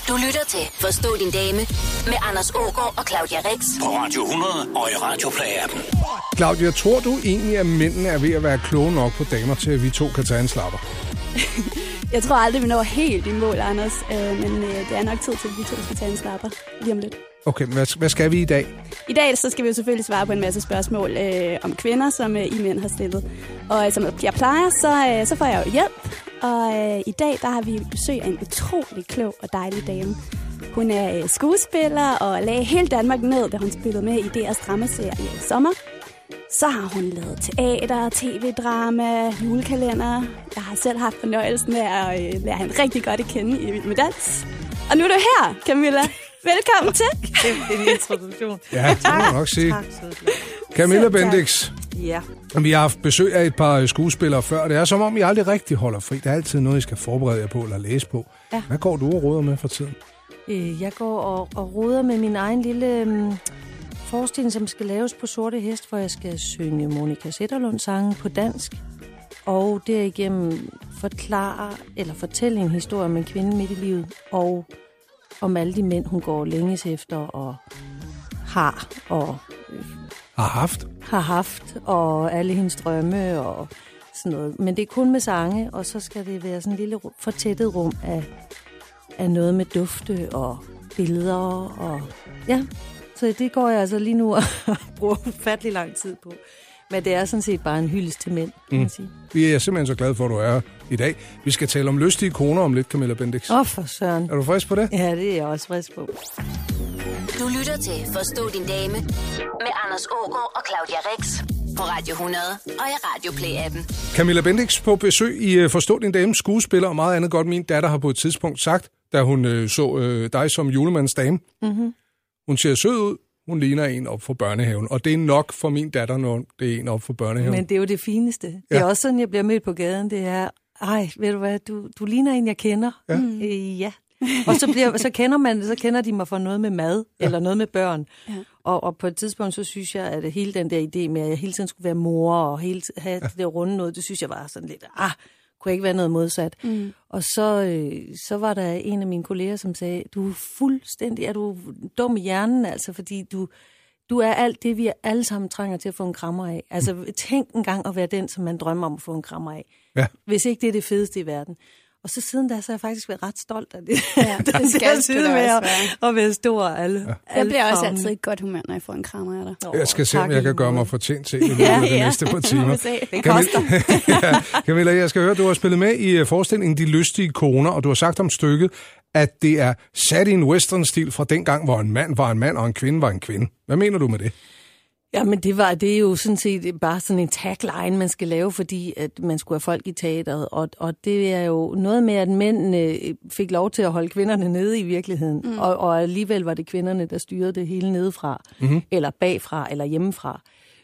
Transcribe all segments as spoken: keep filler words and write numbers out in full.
Du lytter til Forstå din dame med Anders Aagaard og Claudia Rix på Radio hundrede og i Radioplay-appen. Claudia, tror du egentlig, at mændene er ved at være kloge nok på damer til, at vi to kan tage en slapper? Jeg tror aldrig, vi når helt i mål, Anders. Øh, men øh, det er nok tid til, at vi to skal tage en slapper lige om lidt. Okay, men hvad, hvad skal vi i dag? I dag så skal vi jo selvfølgelig svare på en masse spørgsmål øh, om kvinder, som øh, I mænd har stillet. Og øh, som jeg plejer, så, øh, så får jeg jo hjælp. Og øh, i dag der har vi besøg af en utrolig klog og dejlig dame. Hun er øh, skuespiller og lagde hele Danmark ned, da hun spillede med i D R's dramaserie i sommer. Så har hun lavet teater, tv-drama, julekalender. Jeg har selv haft fornøjelsen af at øh, lære hende rigtig godt at kende i Vild med Dans. Og nu er du her, Camilla. Velkommen til. Det er en introduktion. Ja, det må jeg nok sige. Tak, Camilla Bendix. Ja. Vi har haft besøg af et par skuespillere før. Det er som om, I aldrig rigtig holder fri. Der er altid noget, I skal forberede jer på eller læse på. Ja. Hvad går du og råder med for tiden? Jeg går og, og roder med min egen lille um, forestilling, som skal laves på Sorte Hest, hvor jeg skal synge Monika Zetterlund sange på dansk. Og derigennem forklare eller fortælle en historie om en kvinde midt i livet. Og om alle de mænd, hun går længes efter og har og øh, Har haft? har haft, og alle hendes drømme og sådan noget. Men det er kun med sange, og så skal det være sådan en lille fortættet rum af, af noget med dufte og billeder. Og ja, så det går jeg altså lige nu og bruger ufattelig lang tid på. Men det er sådan set bare en hyldest til mænd, kan man sige. Vi er simpelthen så glade for, at du er her i dag. Vi skal tale om lystige koner om lidt, Camilla Bendix. Åh, oh, for søren. Er du frisk på det? Ja, det er jeg også frisk på. Du lytter til Forstå din dame med Anders Aagaard og Claudia Rix på Radio hundrede og i Radioplay-appen. Camilla Bendix på besøg i Forstå din dame, skuespiller og meget andet godt. Min datter har på et tidspunkt sagt, da hun øh, så øh, dig som julemands dame. Mm-hmm. Hun ser sød ud. Hun ligner en op for børnehaven, og det er nok for min datter, når det er en op for børnehaven. Men det er jo det fineste. Det Ja. er også sådan, jeg bliver mødt på gaden. Det er, ej, ved du hvad, du, du ligner en, jeg kender. Ja. Øh, ja. Og så, bliver, så kender man så kender de mig for noget med mad, ja. Eller noget med børn. Ja. Og, og på et tidspunkt, så synes jeg, at hele den der idé med, at jeg hele tiden skulle være mor, og hele, have ja. Det der runde noget, det synes jeg var sådan lidt, ah, kunne ikke være noget modsat. Mm. Og så, øh, så var der en af mine kolleger, som sagde, du er fuldstændig, er du dum i hjernen, altså, fordi du... Du er alt det, vi alle sammen trænger til at få en krammer af. Altså, tænk en gang at være den, som man drømmer om at få en krammer af. Ja. Hvis ikke det er det fedeste i verden. Og så siden da, så har jeg faktisk været ret stolt af det. Ja, det skal det sgu da med også at, være. at være stor og alle. Ja. Jeg bliver også altid i godt humør, når jeg får en krammer af dig. Nå, Jeg skal se, om tak jeg kan i gøre måde. mig fortjent til i løbet af de næste par timer. Det koster. ja, Camilla, jeg skal høre, du har spillet med i forestillingen De Lystige Koner, og du har sagt om stykket, at det er sat i en western-stil fra dengang, hvor en mand var en mand, og en kvinde var en kvinde. Hvad mener du med det? Ja, men det, var, det er jo sådan set bare sådan en tagline, man skal lave, fordi at man skulle have folk i teateret. Og, og det er jo noget med, at mændene fik lov til at holde kvinderne nede i virkeligheden. Mm. Og, og alligevel var det kvinderne, der styrede det hele nedefra, mm-hmm. eller bagfra, eller hjemmefra.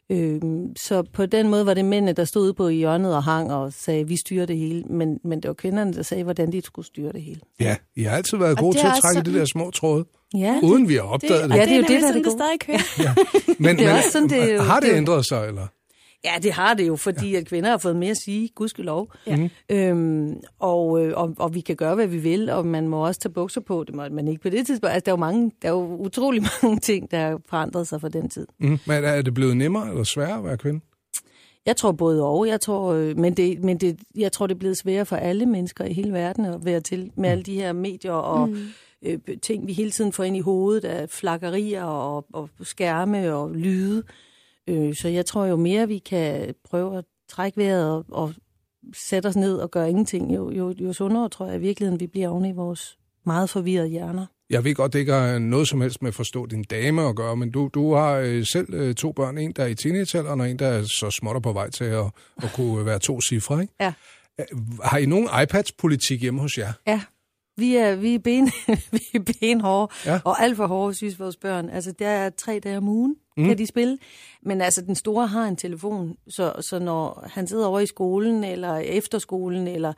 Øhm, så på den måde var det mændene, der stod ude på hjørnet og hang og sagde, vi styrer det hele. Men, men det var kvinderne, der sagde, hvordan de skulle styre det hele. Ja, I har altid været gode til at trække sådan... de der små tråde, Ja, uden det, vi har opdaget det. det. Ja, Ja, det er jo det, der, det, det, det stadig kører. Ja. Men, Det er men også sådan, det er jo- har det det er jo- ændret sig, eller? Ja, det har det jo, fordi ja. At kvinder har fået mere at sige, gudskelov. Ja. Øhm, og, øh, og, og vi kan gøre, hvad vi vil, og man må også tage bukser på, det må man ikke på det tidspunkt. Altså, der er jo, mange, der er jo utrolig mange ting, der har forandret sig fra den tid. Mm. Men er det blevet nemmere eller sværere at være kvinde? Jeg tror både og, jeg tror, øh, men, det, men det, jeg tror, det er blevet sværere for alle mennesker i hele verden at være til med mm. alle de her medier og mm. øh, ting, vi hele tiden får ind i hovedet af flakkerier og, og skærme og lyde. Øh, så jeg tror jo mere, vi kan prøve at trække vejret og, og sætte os ned og gøre ingenting, jo, jo, jo sundere tror jeg i virkeligheden, vi bliver oven i vores meget forvirrede hjerner. Jeg ved godt, det ikke har noget som helst med at forstå din dame at gøre, men du, du har øh, selv øh, to børn, en der er i teenagealderen, og en der er så småt på vej til at, at kunne være to cifre, ikke? Ja. Har I nogen iPads-politik hjemme hos jer? Ja, vi er, vi er, ben, vi er benhårde, Ja. og alt for hårde, synes vores børn. Altså, der er tre dage om ugen, mm. kan de spille. Men altså, den store har en telefon, så, så når han sidder over i skolen, eller efterskolen, eller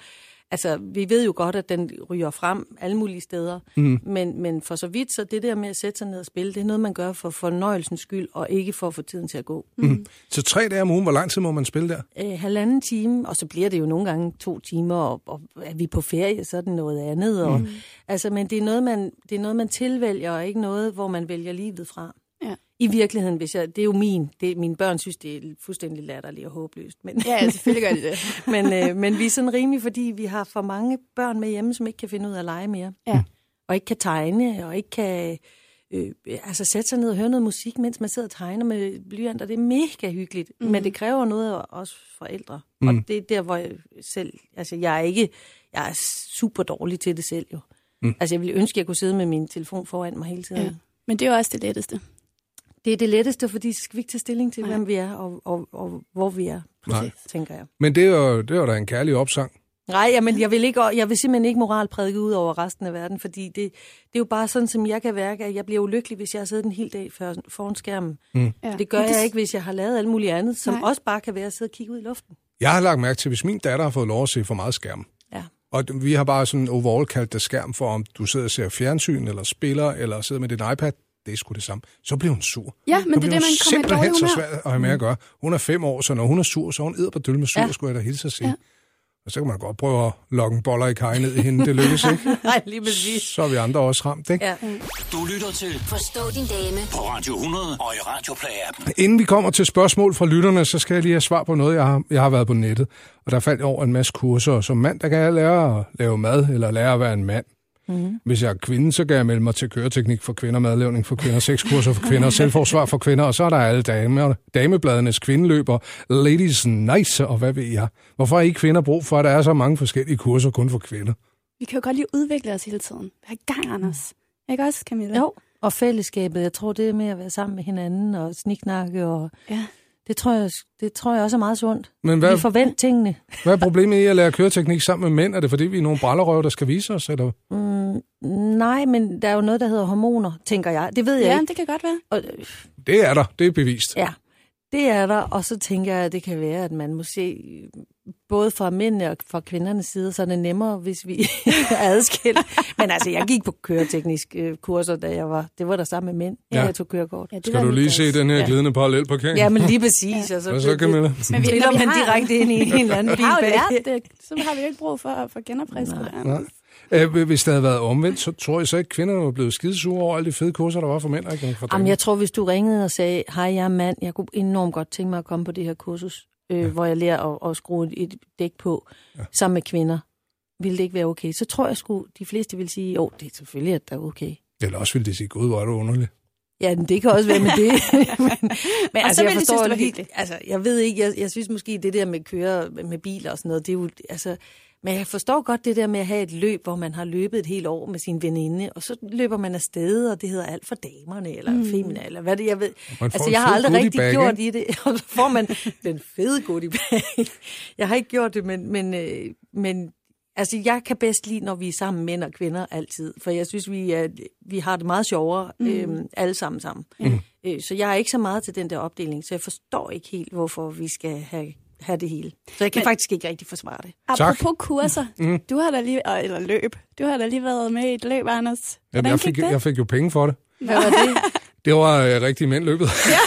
Altså, vi ved jo godt, at den ryger frem alle mulige steder, mm. men, men for så vidt, så det der med at sætte sig ned og spille, det er noget, man gør for fornøjelsens skyld, og ikke for at få tiden til at gå. Mm. Så tre dage om ugen, hvor lang tid må man spille der? Øh, halvanden time, og så bliver det jo nogle gange to timer, og, og er vi på ferie, så er det noget andet. Og, mm. altså, men det er, noget, man, det er noget, man tilvælger, og ikke noget, hvor man vælger livet fra. Ja. I virkeligheden, hvis jeg, det er jo min, det, mine børn synes, det er fuldstændig latterligt og håbløst. Men, ja, selvfølgelig gør de det. men, øh, men vi er sådan rimelig, fordi vi har for mange børn med hjemme, som ikke kan finde ud af at lege mere. Ja. Og ikke kan tegne, og ikke kan øh, altså sætte sig ned og høre noget musik, mens man sidder og tegner med blyanter. Det er mega hyggeligt, mm. men det kræver noget af os forældre. Mm. Og det er der, hvor jeg selv, altså jeg er ikke, jeg er super dårlig til det selv jo. Mm. Altså jeg ville ønske, at jeg kunne sidde med min telefon foran mig hele tiden. Ja. Men det er jo også det letteste. Det er det letteste, fordi så skal vi ikke tage stilling til, hvem vi er og, og, og hvor vi er, præcis, tænker jeg. Men det er jo, det er jo da en kærlig opsang. Nej, jamen, jeg, vil ikke, jeg vil simpelthen ikke moralprædike ud over resten af verden, fordi det, det er jo bare sådan, som jeg kan værke, at jeg bliver ulykkelig, hvis jeg har siddet en hel dag for, foran skærmen. Mm. Ja. Det gør jeg ikke, hvis jeg har lavet alt muligt andet, som Nej. også bare kan være at sidde og kigge ud i luften. Jeg har lagt mærke til, hvis min datter har fået lov at se for meget skærm, ja. og vi har bare sådan overall kaldt det skærm for, om du sidder og ser fjernsyn, eller spiller, eller sidder med din iPad, det er sgu det samme. Så bliver hun sur. Ja, men det er det, man kommer i dårlig humør. Så svært at have med at gøre. Hun er fem år, så når hun er sur, så er hun edderperdøl med sur, ja. skulle jeg da hilse at sige. Ja. Og så kan man godt prøve at lokke en boller i kaj ned i hende. Det lykkes ikke. Nej, lige præcis. Så er vi andre også ramt, ikke? Ja. Du lytter til Forstå din dame på Radio hundrede og i Radioplay-appen. Inden vi kommer til spørgsmål fra lytterne, så skal jeg lige have svar på noget, jeg har, jeg har været på nettet. Og der faldt over en masse kurser. Som mand, der kan jeg lære at lave mad, eller lære at være en mand. Mm-hmm. Hvis jeg er kvinde, så kan jeg melde mig til køreteknik for kvinder, madlavning for kvinder, sexkurser for kvinder, selvforsvar for kvinder, og så er der alle damer, damebladenes kvindeløber, ladies nice, og hvad ved jeg. Hvorfor har I kvinder brug for, at der er så mange forskellige kurser kun for kvinder? Vi kan jo godt lige udvikle os hele tiden. Vi har gang, Anders. Ikke også, Camilla? Jo, og fællesskabet. Jeg tror, det er med at være sammen med hinanden og sniksnakke og... Ja. Det tror, jeg, det tror jeg også er meget sundt. Men hvad, vi forventer tingene. Hvad er problemet i at lære køreteknik sammen med mænd? Er det fordi, vi er nogle brallerøv, der skal vise os? Eller? Mm, nej, men der er jo noget, der hedder hormoner, tænker jeg. Det ved jeg ja, ikke. Ja, det kan godt være. Og, det er der. Det er bevist. Ja, det er der. Og så tænker jeg, at det kan være, at man måske... Både fra mændene og fra kvindernes side, så er det nemmere, hvis vi er adskilt. Men altså, jeg gik på køretekniske kurser, da jeg var... Det var der sammen med mænd, ja. Jeg tog kørekort. Ja, skal du lige se den her glidende ja. parallelparkering? Ja, men lige præcis. Ja. Og så, og så Camilla? Men vi triller man direkte ind i en eller anden bil bag. Det, så har vi jo ikke brug for at få genopristet det. Æh, hvis det havde været omvendt, så tror jeg så ikke, at kvinderne var blevet skidesure over alle de fede kurser, der var for mænd. Ikke? For Jamen, jeg tror, hvis du ringede og sagde, hej, jeg er mand, jeg kunne enormt godt tænke mig at komme på det her kursus, øh, ja. hvor jeg lærer at, at skrue et dæk på, ja. sammen med kvinder, ville det ikke være okay. Så tror jeg sgu, de fleste vil sige, jo, det er selvfølgelig, at det er okay. Eller også ville de sige, gud, hvor er du underlig. Ja, det kan også være med det. men men altså, jeg forstår det, det helt, altså, jeg ved ikke, jeg, jeg synes måske, det der med køre med biler og sådan noget, det er jo, altså... Men jeg forstår godt det der med at have et løb, hvor man har løbet et helt år med sin veninde, og så løber man afsted, og det hedder alt for damerne, eller mm. femina, eller hvad det jeg ved. Altså, jeg har aldrig rigtig bag, gjort ikke? i det, og så får man den fede goodie bag. Jeg har ikke gjort det, men, men, øh, men altså, jeg kan bedst lide, når vi er sammen, mænd og kvinder, altid. For jeg synes, vi, er, vi har det meget sjovere, mm. øh, alle sammen sammen. Mm. Øh, så jeg er ikke så meget til den der opdeling, så jeg forstår ikke helt, hvorfor vi skal have... have det hele. Så jeg kan Men, faktisk ikke rigtig forsvare det. Apropos tak. kurser, mm. du har da lige, eller løb, du har da lige været med i et løb, Anders. Jamen, jeg, fik, jeg fik jo penge for det. Hvad var det? Det var uh, rigtig mænd løbet. Ja.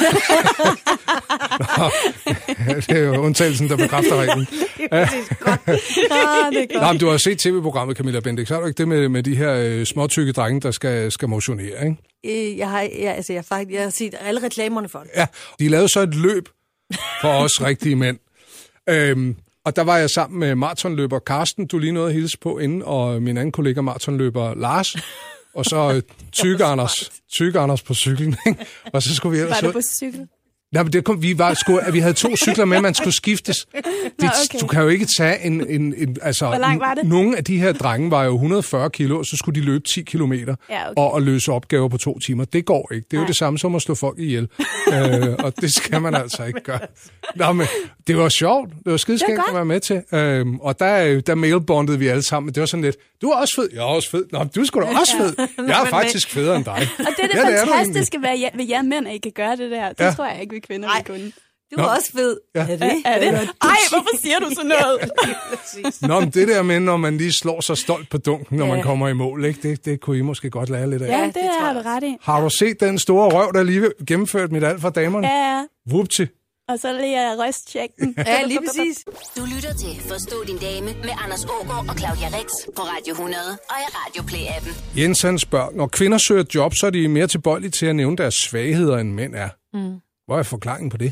Nå, det er jo undtagelsen, der bekræfter reglen. Det er godt. Ah, det er godt. Nå, men du har set tv-programmet, Camilla Bendix. Har du ikke det med, med de her uh, småtykke drenge, der skal, skal motionere, ikke? Øh, jeg, har, jeg, altså, jeg, faktisk, jeg har set alle reklamerne for det. Ja, de lavede så et løb for os rigtige mænd. Øhm, og der var jeg sammen med maratonløber Karsten, du lige nåede at hilse på inden, og min anden kollega maratonløber Lars, og så tykke Anders, tykke Anders på cyklen, ikke? Og så skulle vi ellers... Var du på cykel? Nej, men det kom, vi, var, skulle, vi havde to cykler med, man skulle skiftes. Det, Nå, okay. Du kan jo ikke tage en... en, en altså, Hvor lang var det? Nogle af de her drenge var jo et hundrede og fyrre kilo, og så skulle de løbe ti kilometer ja, okay. og, og løse opgaver på to timer. Det går ikke. Det er Nej. jo det samme som at slå folk ihjel. øh, og det skal man altså ikke gøre. Nå, men det var sjovt. Det var skideskægt at være med til. Øhm, og der, der mailbondede vi alle sammen. Det var sådan lidt, du er også fed. Jeg er også fed. Nå, du er sgu da også fed. Jeg er faktisk federe end dig. Og det er det ja, fantastiske det ved jer mænd, at I kan gøre det der. Det ja. tror jeg ikke, vi kvinder vil kunne. Du er også fed. Ja. Er det? Er det? Ej, hvorfor siger du sådan noget? Nå, men det der med, når man lige slår sig stolt på dunken, når Ja. man kommer i mål, ikke? Det, det kunne I måske godt lære lidt af. Ja, Ja, det, det det tror har jeg du ret i. Har du set den store røv, der lige gennemført mit alt for damerne? Ja, ja. Vupti. Og så lige at rysttjekke den. Ja, lige præcis. Du lytter til Forstå din dame med Anders Ågaard og Claudia Rex på Radio hundrede og i Radioplay-appen. Jens han spørger, når kvinder søger job, så er de mere tilbøjelige til at nævne deres svagheder, end mænd er. Mm. Hvor er forklaringen på det?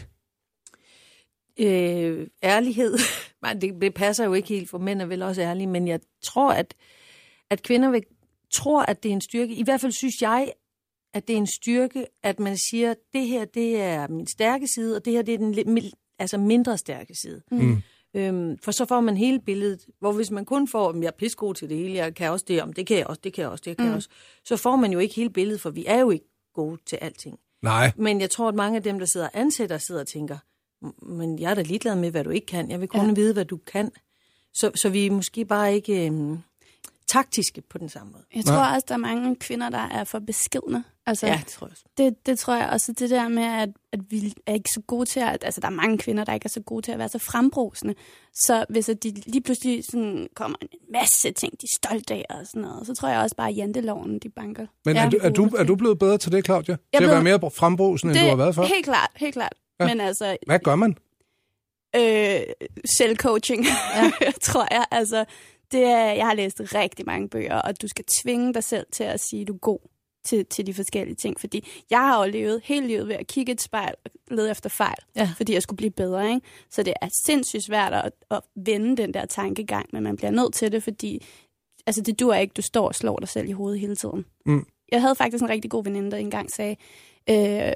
Øh, ærlighed. Nej, det, det passer jo ikke helt, for mænd er vel også ærlige, men jeg tror, at, at kvinder vil, tror, at det er en styrke. I hvert fald synes jeg, at det er en styrke, at man siger, at det her det er min stærke side, og det her det er den lidt, altså mindre stærke side. Mm. Øhm, for så får man hele billedet, hvor hvis man kun får, at jeg er pissegod til det hele, jeg kan også det, om det kan jeg også, det kan jeg også, det kan mm. jeg også, så får man jo ikke hele billedet, for vi er jo ikke gode til alting. Nej. Men jeg tror, at mange af dem, der sidder og ansætter, sidder og tænker, men jeg er da ligeglad med, hvad du ikke kan. Jeg vil kun ja. vide, hvad du kan. Så, så vi er måske bare ikke øhm, taktiske på den samme måde. Jeg tror også, der er mange kvinder, der er for beskedne. Altså, Ja, det tror jeg også. det, det tror jeg også. Det der med, at, at vi er ikke så gode til at... Altså, der er mange kvinder, der ikke er så gode til at være så frembrusende. Så hvis at de lige pludselig sådan, kommer en masse ting, de er stolte af og sådan noget, så tror jeg også bare, at janteloven, de banker. Men Ja. er, du, er, du, er du blevet bedre til det, Claudia? Til at blevet- være mere frembrusende, end du har været før? Helt klart, helt klart. Ja. Men altså, Hvad gør man? øh, selvcoaching, ja. tror jeg. Altså, det er, jeg har læst rigtig mange bøger, og du skal tvinge dig selv til at sige, at du er god til, til de forskellige ting. Fordi jeg har jo levet hele livet ved at kigge et spejl og lede efter fejl, Ja. fordi jeg skulle blive bedre. Ikke? Så det er sindssygt svært at, at vende den der tankegang, men man bliver nødt til det, fordi altså, det duer ikke, du står og slår dig selv i hovedet hele tiden. Mm. Jeg havde faktisk en rigtig god veninde, der engang sagde, øh,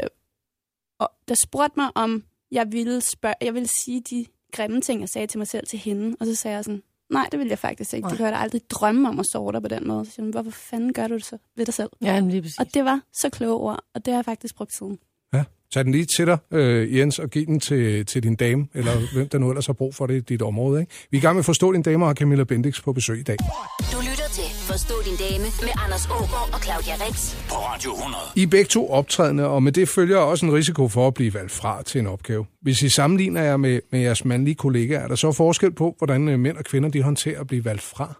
og der spurgte mig, om jeg ville, spørge, jeg ville sige de grimme ting, jeg sagde til mig selv til hende. Og så sagde jeg sådan, nej, det vil jeg faktisk ikke. Det kan jeg da aldrig drømme om at sove dig på den måde. Så siger hun, hvorfor fanden gør du det så ved dig selv? Ja, lige præcis. Og det var så kloge ord, og det har jeg faktisk brugt siden. Ja. Tag den lige til dig, øh, Jens, og giv den til, til din dame, eller hvem der nu ellers har brug for det i dit område. Ikke? Vi er i gang med at forstå din dame, og har Camilla Bendix på besøg i dag. Du lytter til Forstå din dame med Anders Ågaard og Claudia Rex. På Radio hundrede. I er begge to optrædende, og med det følger også en risiko for at blive valgt fra til en opgave. Hvis I sammenligner jer med, med jeres mandlige kollegaer, er der så forskel på, hvordan øh, mænd og kvinder de håndterer at blive valgt fra?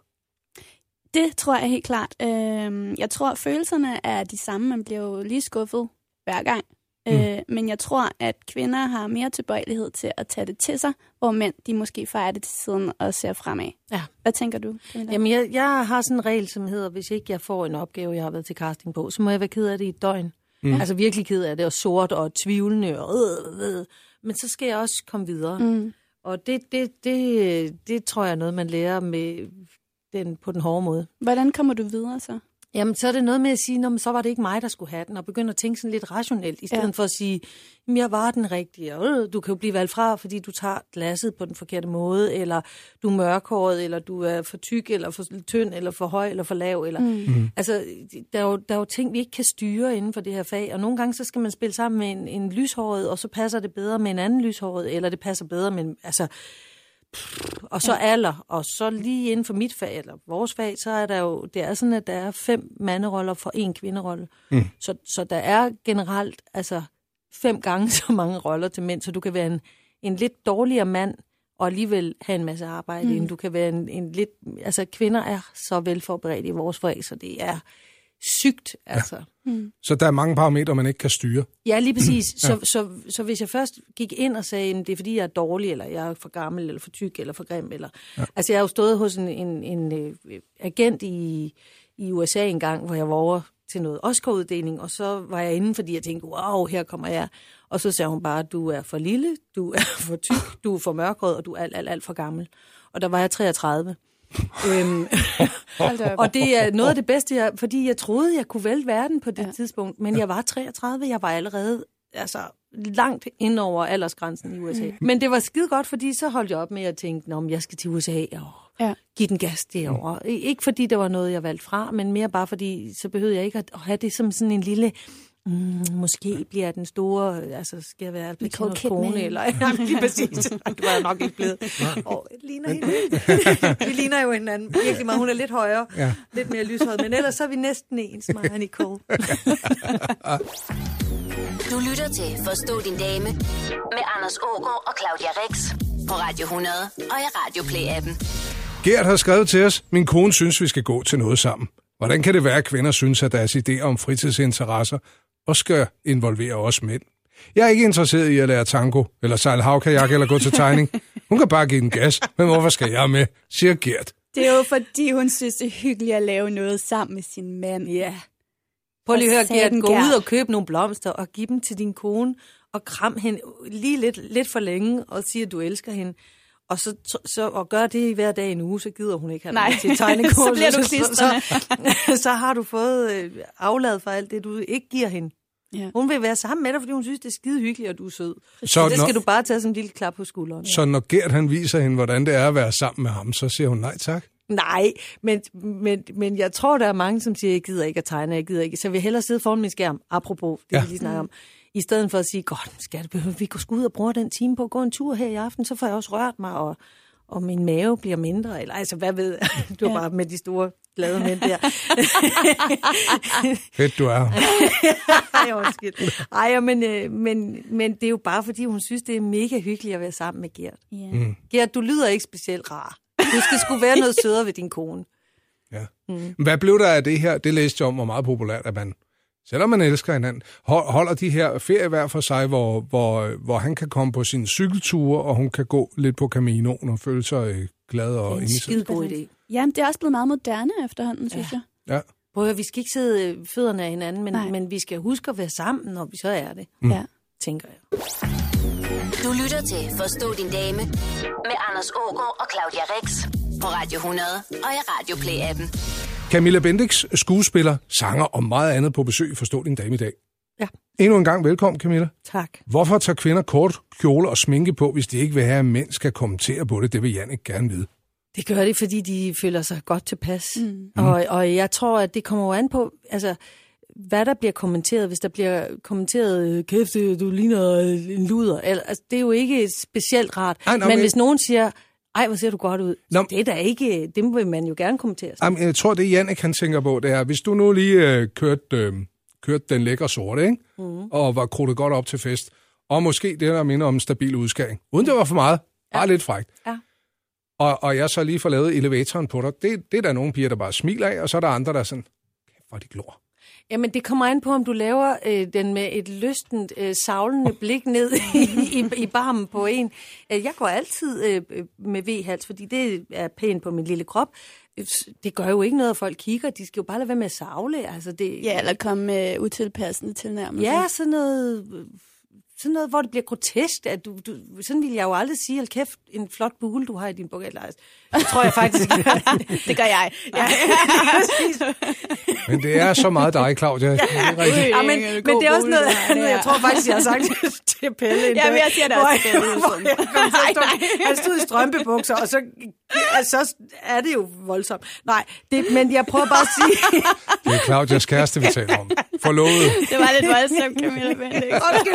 Det tror jeg helt klart. Øhm, jeg tror, at følelserne er de samme. Man bliver jo lige skuffet hver gang. Mm. Øh, men jeg tror, at kvinder har mere tilbøjelighed til at tage det til sig, hvor mænd de måske fejrer det til siden og ser fremad. Ja. Hvad tænker du, Camilla? Jamen, jeg, jeg har sådan en regel, som hedder, hvis ikke jeg får en opgave, jeg har været til casting på, så må jeg være ked af det i et døgn. Mm. Altså virkelig ked af det, og sort og tvivlende. Og, øh, øh. Men så skal jeg også komme videre. Mm. Og det, det, det, det tror jeg er noget, man lærer med den, på den hårde måde. Hvordan kommer du videre så? Jamen, så er det noget med at sige, nå, men så var det ikke mig, der skulle have den, og begynde at tænke sådan lidt rationelt, i stedet ja. for at sige, jamen, jeg var den rigtige, og øh, du kan jo blive valgt fra, fordi du tager glasset på den forkerte måde, eller du er mørkhåret, eller du er for tyk, eller for tynd, eller for høj, eller for lav, eller... Mm. Altså, der er, jo, der er jo ting, vi ikke kan styre inden for det her fag, og nogle gange, så skal man spille sammen med en, en lyshåret, og så passer det bedre med en anden lyshåret, eller det passer bedre med en... Altså, og så alder, og så lige inden for mit fag, eller vores fag, så er der jo, det er sådan, at der er fem manderoller for en kvinderolle. Mm. Så, så der er generelt altså fem gange så mange roller til mænd, så du kan være en, en lidt dårligere mand, og alligevel have en masse arbejde, mm. end du kan være en, en lidt... Altså, kvinder er så velforberedt i vores fag, så det er sygt, altså. Ja. Mm. Så der er mange parametre, man ikke kan styre? Ja, lige præcis. Så, ja. så, så, så hvis jeg først gik ind og sagde, at det er fordi, jeg er dårlig, eller jeg er for gammel, eller for tyk, eller for grim, eller... Ja. Altså, jeg har jo stået hos en, en, en uh, agent i, i U S A en gang, hvor jeg var over til noget Oscar-uddeling, og så var jeg inde, fordi jeg tænkte, wow, her kommer jeg. Og så sagde hun bare, du er for lille, du er for tyk, du er for mørkhåret, og du er alt, alt, alt for gammel. Og der var jeg treogtredive. øhm, og det er noget af det bedste, jeg, fordi jeg troede, jeg kunne vælge verden på det ja. tidspunkt, men jeg var treogtredive, jeg var allerede altså, langt ind over aldersgrænsen i U S A. Mm. Men det var skide godt, fordi så holdt jeg op med at tænke, nå, jeg skal til U S A og ja. give den gas derovre. Mm. Ikke fordi det var noget, jeg valgte fra, men mere bare fordi, så behøvede jeg ikke at have det som sådan en lille... Mm, måske bliver jeg den store, altså skal jeg være Al Pacinos kone, eller ja, lige præcis. Det var jeg nok ikke blevet. Og ligner hende. Vi ligner jo hinanden virkelig meget. Hun er lidt højere, ja. lidt mere lyshåret, men ellers så er vi næsten ens, mig og Nicole. Du lytter til Forstå din dame med Anders Aagaard og Claudia Rex på Radio hundrede og i Radioplay-appen. Gert har skrevet til os, min kone synes, vi skal gå til noget sammen. Hvordan kan det være, at kvinder synes, at deres idéer om fritidsinteresser også skal involvere os mænd? Jeg er ikke interesseret i at lære tango, eller sejle havkajak, eller gå til tegning. Hun kan bare give den gas, men hvorfor skal jeg med, siger Gert. Det er jo fordi, hun synes, det er hyggeligt at lave noget sammen med sin mand. Ja. Prøv lige at høre, Gert, gå ud og køb nogle blomster og give dem til din kone, og kram hende lige lidt, lidt for længe, og sige, at du elsker hende. Og så, så og gør det hver dag i en uge, så gider hun ikke have Nej. det til tegnekurs. Så bliver du klistrende. Så, så, så har du fået øh, afladet for alt det, du ikke giver hende. Ja. Hun vil være sammen med dig, fordi hun synes, det er skide hyggeligt, og du er sød. Så, så det skal når, du bare tage som en lille klap på skulderen. Ja. Så når Gert han viser hende, hvordan det er at være sammen med ham, så siger hun nej tak? Nej, men, men, men jeg tror, der er mange, som siger, jeg gider ikke at tegne, jeg gider ikke. Så jeg vil hellere sidde foran min skærm, apropos det, ja. vi lige snakker om. I stedet for at sige, godt, skal det, vi går sgu ud og bruge den time på at gå en tur her i aften, så får jeg også rørt mig, og, og min mave bliver mindre. Eller altså, hvad ved jeg? Du er bare med de store glade mænd der. Fedt, du er. Ej, undskyld. Ej, men, men, men det er jo bare, fordi hun synes, det er mega hyggeligt at være sammen med Gert. Yeah. Mm. Gert, du lyder ikke specielt rar. Du skal sgu være noget sødere ved din kone. Ja. Mm. Hvad blev der af det her? Det læste jeg om, var meget populært, at man, selvom man elsker hinanden, holder de her ferie hver for sig, hvor, hvor, hvor han kan komme på sine cykelture, og hun kan gå lidt på Caminoen og føle sig glad og det er en skide god idé. Jamen, det er også blevet meget moderne efterhånden, synes ja. jeg. Ja. Prøv, vi skal ikke sidde fødderne af hinanden, men, men vi skal huske at være sammen, når vi så er det. Mm. Ja. Tænker jeg. Du lytter til Forstå din dame med Anders Aagaard og Claudia Rex på Radio hundrede og i Radioplay-appen. Camilla Bendix, skuespiller, sanger og meget andet på besøg i Forstå din dame i dag. Ja. Endnu en gang velkommen, Camilla. Tak. Hvorfor tager kvinder kort kjole og sminke på, hvis de ikke vil have, at mænd skal kommentere på det? Det vil Jan ikke gerne vide. Det gør de, fordi de føler sig godt tilpas. Mm. Og, og jeg tror, at det kommer jo an på, altså, hvad der bliver kommenteret. Hvis der bliver kommenteret, kæft, du ligner en luder. Altså, det er jo ikke specielt rart. Ej, no, men, men hvis nogen siger, ej, hvor ser du godt ud, no. det er da ikke, det vil man jo gerne kommentere. Jamen, jeg tror, det Jannik han tænker på, det er, hvis du nu lige øh, kørte, øh, kørte den lækre sorte, ikke? Mm. Og var krudtet godt op til fest, og måske det, der minder om en stabil udskæring, uden det var for meget, bare ja. lidt frækt. Ja. Og, og jeg så lige får lavet elevatoren på dig. Det, det er der nogle piger, der bare smiler af, og så er der andre, der er sådan, hvor de glor. Jamen, det kommer an på, om du laver øh, den med et lystent, øh, savlende blik ned i, i, i barmen på en. Jeg går altid øh, med V-hals, fordi det er pænt på min lille krop. Det gør jo ikke noget, at folk kigger. De skal jo bare lade være med at savle. Altså, det, ja, eller komme med uh, utilpassende tilnærmelser. Ja, sådan noget... Sådan noget, hvor det bliver grotesk. At du, du, sådan vil jeg jo aldrig sige, hold kæft, en flot bule, du har i din buket. Det tror jeg faktisk ikke. Det gør jeg. Ja. Men det er så meget dig, Claudia. Ja, det ja, men, men det er også noget andet. Jeg tror faktisk, jeg har sagt til Pelle en dag. Ja, men jeg siger det også til Pelle. Han stod i strømpebukser, og så, altså, så er det jo voldsomt. Nej, det, men jeg prøver bare at sige... Det er Claudias kæreste, vi taler om. Forlovet. Det var lidt voldsomt, Camilla Bendix.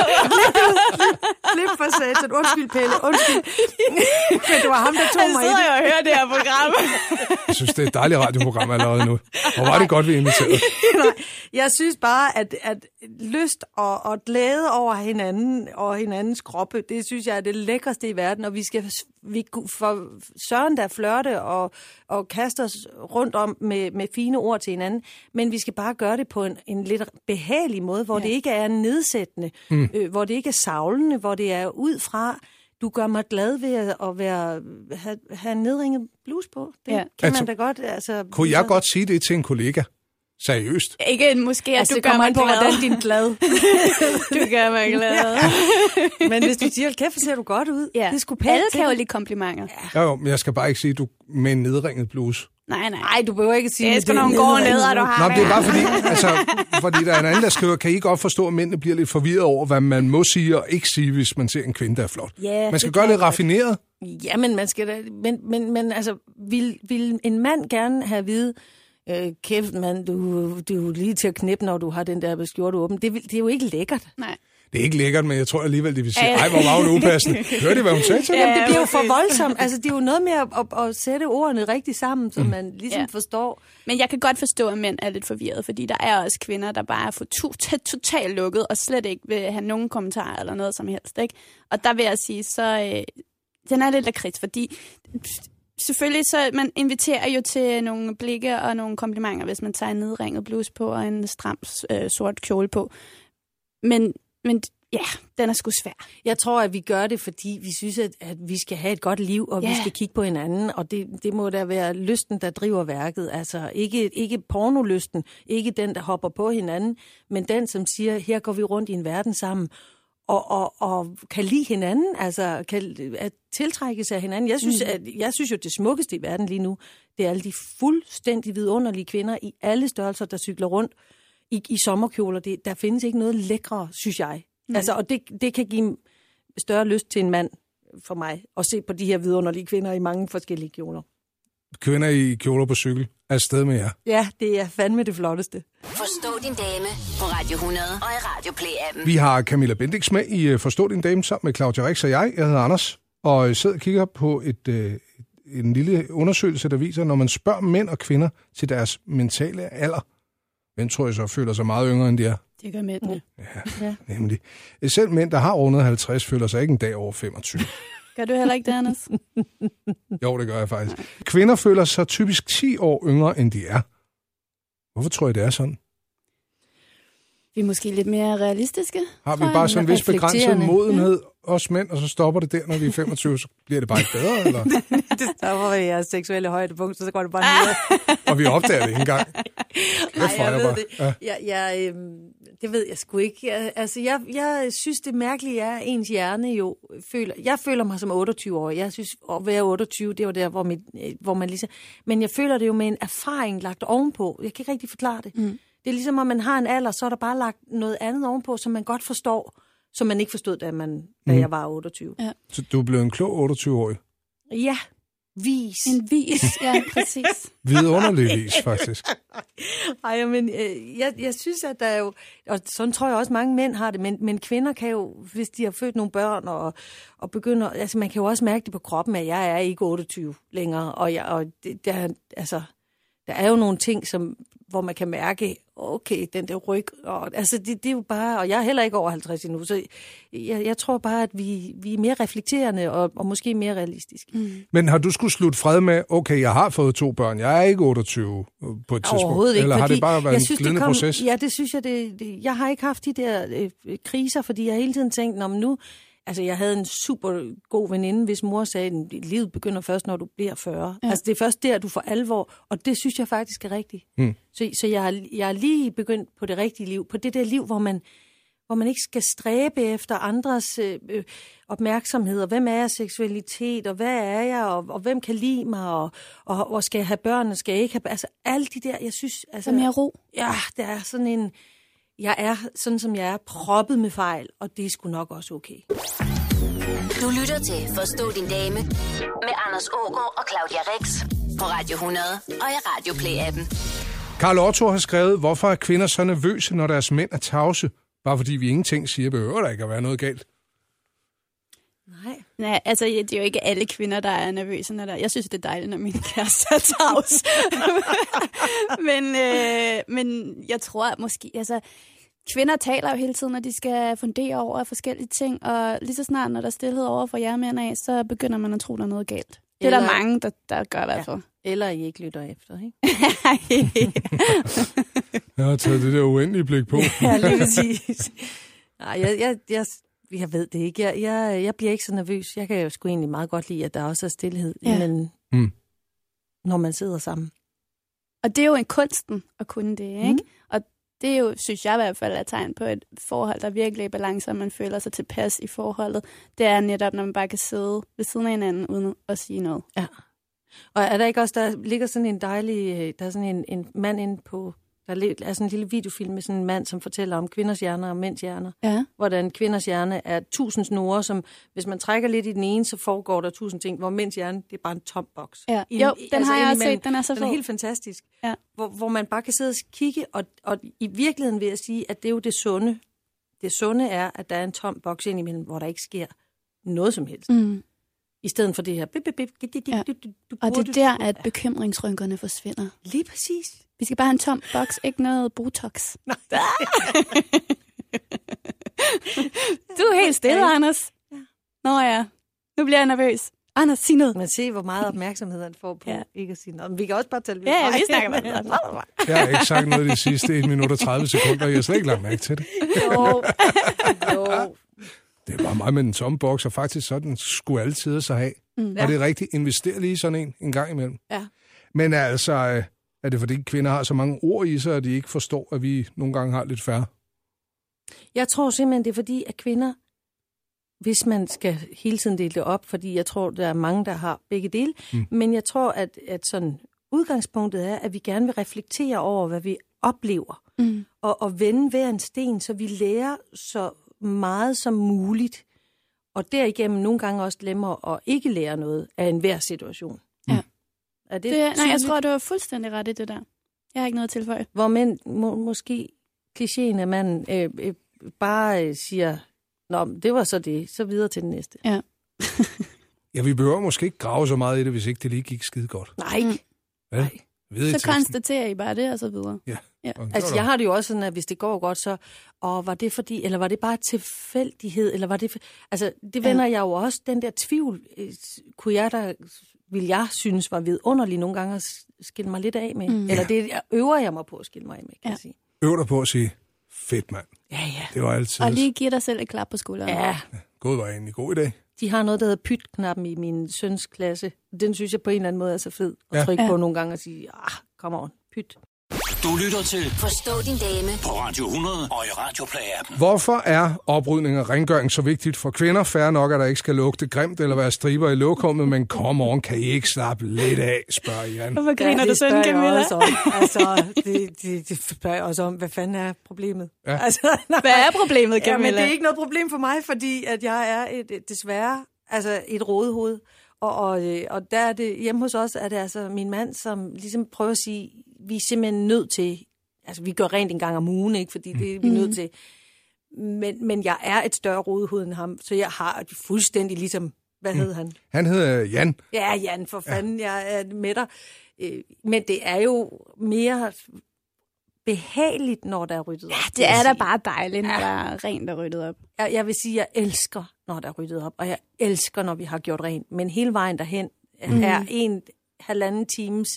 Klip for satan. Undskyld, Pelle. Undskyld. Men det var ham, der tog mig i det. Jeg sidder jo og hører det her program. Jeg synes, det er et dejligt radioprogram allerede nu. Hvor var det godt, vi inviterede. Nej, jeg synes bare, at, at lyst og, og glæde over hinanden og hinandens kroppe, det synes jeg er det lækreste i verden. Og vi skal vi for søren der flørte og, og kaste os rundt om med, med fine ord til hinanden. Men vi skal bare gøre det på en, en lidt behagelig måde, hvor ja. det ikke er nedsættende, mm. øh, hvor det ikke er savlende, hvor det er ud fra... Du gør mig glad ved at være, have, have en nedringet bluse på. Det ja. kan altså, man da godt. Altså, kunne jeg godt sige det til en kollega? Seriøst? Ikke måske, at altså, du gør mig på, glad. Hvordan din glad. Du gør mig glad. Men hvis du siger, kæft, ser du godt ud. Ja. Det skulle pænt. Alle kan jo lide komplimenter. Ja. Jo, men jeg skal bare ikke sige, du med en nedringet bluse. Nej, nej. Nej, du behøver ikke sige, det er sgu nogle gode neder, du har. Nå, det er bare fordi, altså, fordi der er en anden, der skriver, kan I godt forstå, at mændene bliver lidt forvirret over, hvad man må sige og ikke sige, hvis man ser en kvinde, der er flot. Ja, man skal gøre lidt raffineret. Ja, men man skal da, men, men, men altså, vil, vil en mand gerne have at vide, øh, kæft mand, du, du er lige til at knæppe, når du har den der skjorte åben. Det, det er jo ikke lækkert. Nej. Det er ikke lækkert, men jeg tror alligevel, de vil sige, ej, hvor var hun upassende. Hørte I, hvad hun sagde til Jamen, det bliver jo for voldsomt. Altså, det er jo noget med at, at, at sætte ordene rigtigt sammen, så mm. man ligesom ja. forstår. Men jeg kan godt forstå, at mænd er lidt forvirret, fordi der er også kvinder, der bare er for to- totalt lukket, og slet ikke vil have nogen kommentarer eller noget som helst. Ikke? Og der vil jeg sige, så øh, den er lidt lakrids, fordi selvfølgelig så man inviterer jo til nogle blikke og nogle komplimenter, hvis man tager en nedringet bluse på og en stram øh, sort kjole på. Men, men ja, den er sgu svær. Jeg tror, at vi gør det, fordi vi synes, at, at vi skal have et godt liv, og yeah. vi skal kigge på hinanden, og det, det må da være lysten, der driver værket. Altså ikke, ikke pornolysten, ikke den, der hopper på hinanden, men den, som siger, her går vi rundt i en verden sammen, og, og, og kan lide hinanden, altså kan at tiltrække sig af hinanden. Jeg synes, mm. at, jeg synes jo, det smukkeste i verden lige nu, det er alle de fuldstændig vidunderlige kvinder i alle størrelser, der cykler rundt i, i sommerkjoler. Det, der findes ikke noget lækre, synes jeg. Mm. Altså, og det, det kan give større lyst til en mand for mig, at se på de her vidunderlige kvinder i mange forskellige kjoler. Kvinder i kjoler på cykel er afsted med jer. Ja, det er fandme det flotteste. Forstå din dame på Radio hundrede og i Radio Play-appen. Vi har Camilla Bendix med i Forstå din dame sammen med Claudia Rix og jeg. Jeg hedder Anders, og sidder og kigger på et, øh, en lille undersøgelse, der viser, når man spørger mænd og kvinder til deres mentale alder, hvem tror jeg så føler sig meget yngre, end de er? Det gør mændene. Ja, ja, nemlig. Selv mænd, der har rundet halvtreds, føler sig ikke en dag over femogtyve. Gør du heller ikke det, Anders? Jo, det gør jeg faktisk. Nej. Kvinder føler sig typisk ti år yngre, end de er. Hvorfor tror jeg, det er sådan? Vi er måske lidt mere realistiske. Har vi bare sådan en vis begrænset modenhed, os mænd, og så stopper det der, når vi er femogtyve, så bliver det bare ikke bedre, eller? Det stopper ved jeres seksuelle højdepunkt, så går det bare ned. Og vi opdager det ikke engang. Nej, jeg ved det. Ja. Jeg, jeg, øh, det ved jeg sgu ikke. Jeg, altså, jeg, jeg synes, det mærkelige er, at ens hjerne jo føler... Jeg føler mig som otteogtyve-årig. Jeg synes, at være otteogtyve, det var der, hvor, mit, hvor man ligesom... Men jeg føler det jo med en erfaring lagt ovenpå. Jeg kan ikke rigtig forklare det. Mm. Det er ligesom, at man har en alder, så er der bare lagt noget andet ovenpå, som man godt forstår, som man ikke forstod, da, man, da mm. jeg var otteogtyve. Ja. Så du er blevet en klog otteogtyve-årig? Ja, vis. En vis, ja, præcis. Vidunderlig vis, faktisk. Ej, men øh, jeg, jeg synes, at der er jo, og sådan tror jeg også, mange mænd har det, men, men kvinder kan jo, hvis de har født nogle børn, og, og begynder, altså man kan jo også mærke det på kroppen, at jeg er ikke otteogtyve længere, og, jeg, og det, der, altså, der er jo nogle ting, som, hvor man kan mærke, okay, den der ryg, og, altså det, det er jo bare, og jeg er heller ikke over halvtreds endnu, så jeg, jeg tror bare, at vi, vi er mere reflekterende, og, og måske mere realistiske. Mm. Men har du skulle slutte fred med, okay, jeg har fået to børn, jeg er ikke otteogtyve på et tidspunkt? Overhovedet ikke, eller har det bare været en synes, glidende kom, proces? Ja, det synes jeg, det, det, jeg har ikke haft de der øh, kriser, fordi jeg hele tiden tænkt, om nu, altså jeg havde en super god veninde, hvis mor sagde, at livet begynder først, når du bliver fyrre. Ja. Altså det er først der, du får alvor, og det synes jeg faktisk er rigtigt. Mm. Så, så jeg, har, jeg er lige begyndt på det rigtige liv, på det der liv, hvor man, hvor man ikke skal stræbe efter andres øh, opmærksomhed, og hvem er jeg, seksualitet, og hvad er jeg, og, og hvem kan lide mig, og, og, og skal jeg have børn, og skal jeg ikke have børn, altså alle de der, jeg synes... Altså, der er mere ro. Ja, der er sådan en... Jeg er sådan, som jeg er, proppet med fejl, og det er sgu nok også okay. Du lytter til Forstå din dame med Anders Aagaard og Claudia Rix på Radio hundrede og i Radio Play-appen. Karl Otto har skrevet, hvorfor er kvinder så nervøse, når deres mænd er tavse? Bare fordi vi ingenting siger, behøver der ikke at være noget galt. Nej. Nej, altså det er jo ikke alle kvinder, der er nervøse. Når der... Jeg synes, det er dejligt, når min kæreste er tavs. men, øh, men jeg tror at måske... Altså, kvinder taler jo hele tiden, når de skal fundere over forskellige ting, og lige så snart, når der er stillhed over for jer mænd af, så begynder man at tro, der er noget galt. Det er Eller... der mange, der, der gør i hvert fald. Ja. Eller I ikke lytter efter, ikke? Jeg har taget det der uendelige blik på. Ja, lige præcis. Nej, jeg, jeg, jeg, jeg ved det ikke. Jeg, jeg, jeg bliver ikke så nervøs. Jeg kan jo sgu egentlig meget godt lide, at der også er stillhed, ja. men, mm. når man sidder sammen. Og det er jo en kunsten at kunne det, ikke? Mm. Og det er jo, synes jeg i hvert fald, er tegn på et forhold, der virkelig er balance, og man føler sig tilpas i forholdet. Det er netop, når man bare kan sidde ved siden af hinanden, uden at sige noget. Ja. Og er der ikke også, der ligger sådan en dejlig, der er sådan en, en mand inde på, der er sådan en lille videofilm med sådan en mand, som fortæller om kvinders hjerner og mænds hjerner. Ja. Hvordan kvinders hjerne er tusind snore, som hvis man trækker lidt i den ene, så foregår der tusind ting, hvor mænds hjerne, det er bare en tom boks. Ja. I, jo, den altså har jeg også set, den er så fed. Den er helt fantastisk. Ja. Hvor, hvor man bare kan sidde og kigge, og, og i virkeligheden vil jeg sige, at det er jo det sunde. Det sunde er, at der er en tom boks indimellem, hvor der ikke sker noget som helst. Mm. I stedet for det her... Bip, bip, bip, Ja. Og det er der, at bekymringsrynkerne forsvinder. Lige præcis. Vi skal bare have en tom boks, ikke noget Botox. Nej. Du er helt stille, Ja. Anders. Nå ja, nu bliver jeg nervøs. Anders, sig noget. Man ser, hvor meget opmærksomhed han får på Ja. ikke at sige noget. Men vi kan også bare tale Ja, ja, vi snakker med det. Jeg har ikke sagt noget de sidste en minut og tredive sekunder, og jeg har slet ikke lagt mærke til det. Jo. jo. Det er bare meget med den tomme boks, og faktisk sådan skulle alle tider så have. Mm. Og det er rigtigt, invester lige sådan en en gang imellem. Ja. Men altså, øh, er det fordi kvinder har så mange ord i sig, at de ikke forstår, at vi nogle gange har lidt færre? Jeg tror simpelthen, det er fordi, at kvinder, hvis man skal hele tiden dele det op, fordi jeg tror, der er mange, der har begge dele, mm. men jeg tror, at, at sådan udgangspunktet er, at vi gerne vil reflektere over, hvad vi oplever, mm. og, og vende hver en sten, så vi lærer så meget som muligt, og derigennem nogle gange også glemmer at ikke lære noget af enhver situation. Ja. Er det, Det, nej, jeg tydeligt? tror, du har fuldstændig ret i det der. Jeg har ikke noget at tilføje. Hvor mænd må, måske klichéen af manden øh, øh, bare øh, siger, nå, det var så det, så videre til den næste. Ja. Ja, vi behøver måske ikke grave så meget i det, hvis ikke det lige gik skide godt. Nej. Mm. Vel? Nej. Videre i Så teksten. konstaterer I bare det, og så videre. Ja. Ja. Og det Altså, var jeg der. har det jo også sådan, at hvis det går godt, så, åh, var det fordi, eller var det bare tilfældighed, eller var det, for, altså, det vender ja. jeg jo også, den der tvivl, øh, kunne jeg da, vil jeg synes, var vidunderligt nogle gange at skille mig lidt af med. Mm. Eller det øver jeg mig på at skille mig af med, kan Ja. jeg sige. Øv dig på at sige, fedt mand. Ja, ja. Det var altid. Og lige give dig selv et klap på skulderen. Ja, God var egentlig god i dag. de har noget, der hedder pyt-knappen i min søns klasse. Den synes jeg på en eller anden måde er så fed at Ja. trykke Ja. på nogle gange og sige, ah, kom on, pyt. Du lytter til Forstå din dame på Radio hundrede og i Radioplay-appen. Hvorfor er oprydning og rengøring så vigtigt for kvinder? Fair nok, at der ikke skal lugte grimt eller være striber i lokummet, men come on, kan I ikke slappe lidt af, spørger Jan. Hvorfor griner Ja, du det sådan, spørger jeg Camilla? også om. Altså, det, det, det spørger jeg også om, hvad fanden er problemet? Ja. Altså, nej. Hvad er problemet, Ja, men Camilla? det er ikke noget problem for mig, fordi at jeg er et, et desværre altså et rodehoved. Og, og, øh, og der er det, hjemme hos os, er det altså min mand, som ligesom prøver at sige, vi er simpelthen nødt til, altså vi gør rent en gang om ugen, ikke, fordi det er vi nødt til. Men, men jeg er et større rodehoved end ham, så jeg har det fuldstændig ligesom, hvad hed han? Han hedder Jan. Ja, Jan, for fanden, ja. jeg er med dig. Øh, Men det er jo mere behageligt, når der er ryddet op. Ja, vil det jeg er da sige. bare dejligt, når der er rent og ryddet op. Jeg, jeg vil sige, at jeg elsker, når der er ryddet op, og jeg elsker, når vi har gjort rent. Men hele vejen derhen mm. er en halvanden times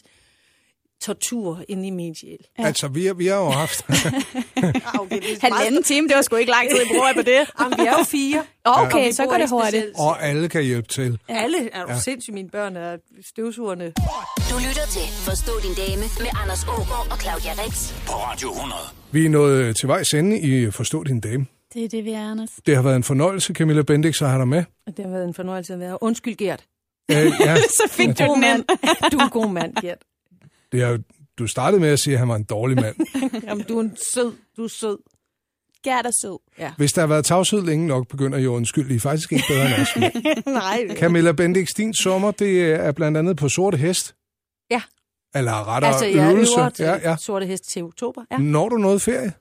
tortur inde i min sjæl. Ja. Altså, vi har, vi har jo haft... Ah, okay, det er Halvanden time, det var sgu ikke lang tid, I bruger på det. Jamen, vi er jo fire. Okay, og så vi går bor det ikke hurtigt. specielt- og alle kan hjælpe til. Alle er jo ja. sindssygt, mine børn er støvsugerne. Du lytter til Forstå din dame med Anders Ågaard og Claudia Rix. På Radio hundrede. Vi er nået til vejs ende i Forstå din dame. Det er det, vi er, Anders. Det har været en fornøjelse, Camilla Bendix, at have dig med. Det har været en fornøjelse at være. Undskyld, Gert. Øh, ja, Så fik du God den mand. ind. Du er en god mand, Gert. det er, jo- du startede med at sige, at han var en dårlig mand. Jamen, du er en sød. Du er sød. Gert er sød. Ja. Hvis der har været tavshed længe nok, begynder I at undskylde. I er faktisk ikke bedre end os. Nej. det- Camilla Bendix, din sommer, det er blandt andet på Sorte Hest. Ja. Eller rettere Altså, jeg øvelse. øver til Ja, ja. Sorte Hest til oktober. Ja, Når du noget ferie?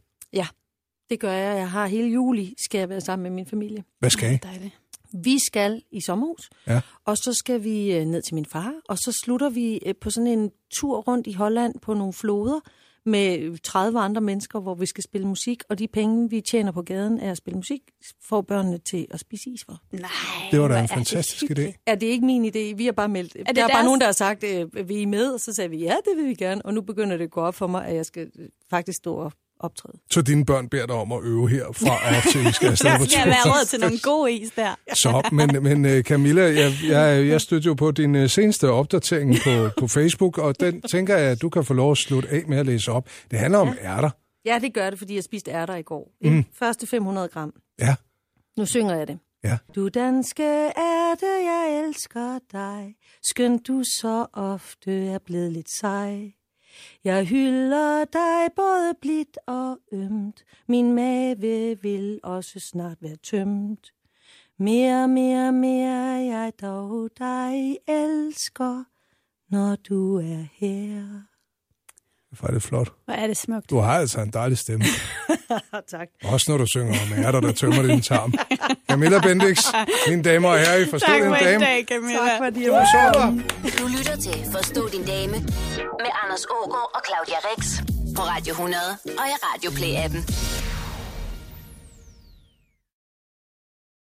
det gør jeg. Jeg har hele juli, skal jeg være sammen med min familie. Hvad skal I? Dejligt. Vi skal i sommerhus, Ja. og så skal vi øh, ned til min far, og så slutter vi øh, på sådan en tur rundt i Holland på nogle floder med tredive andre mennesker, hvor vi skal spille musik, og de penge, vi tjener på gaden af at spille musik, får børnene til at spise is for. Nej. Det var da hvor en er det fantastisk hyggeligt. idé. Er det ikke min idé? Vi har bare meldt. det Der er bare deres? nogen, der har sagt, øh, vil I med? Og så sagde vi, ja, det vil vi gerne. Og nu begynder det at gå op for mig, at jeg skal øh, faktisk stå og optræde. Så dine børn beder dig om at øve herfra og til I skal afsted på Der skal tur. være råd til nogle gode is der. Så, men, men øh, Camilla, jeg, jeg, jeg støtter jo på din øh, seneste opdatering på, på Facebook, og den tænker jeg, at du kan få lov at slutte af med at læse op. Det handler om ærter. Ja, det gør det, fordi jeg spiste ærter i går. Mm. Første fem hundrede gram. Ja, Nu synger jeg det. ja. Du danske ærte, jeg elsker dig. Skønt du så ofte er blevet lidt sej. Jeg hylder dig både blidt og ømt. Min mave vil også snart være tømt. Mere, mere, mere jeg dog dig elsker, når du er her. Det er faktisk flot. Hvor er det smukt. Du har altså en dejlig stemme. Tak. Også når du synger om ærter, der tømmer din tarm. Camilla Bendix, mine damer og herrer, I forstår Tak din for dame. i dag, Camilla. Tak fordi Du er super. Du lytter til Forstå din dame med Anders Ågaard og Claudia Rex på Radio hundrede og i Radio Play-appen.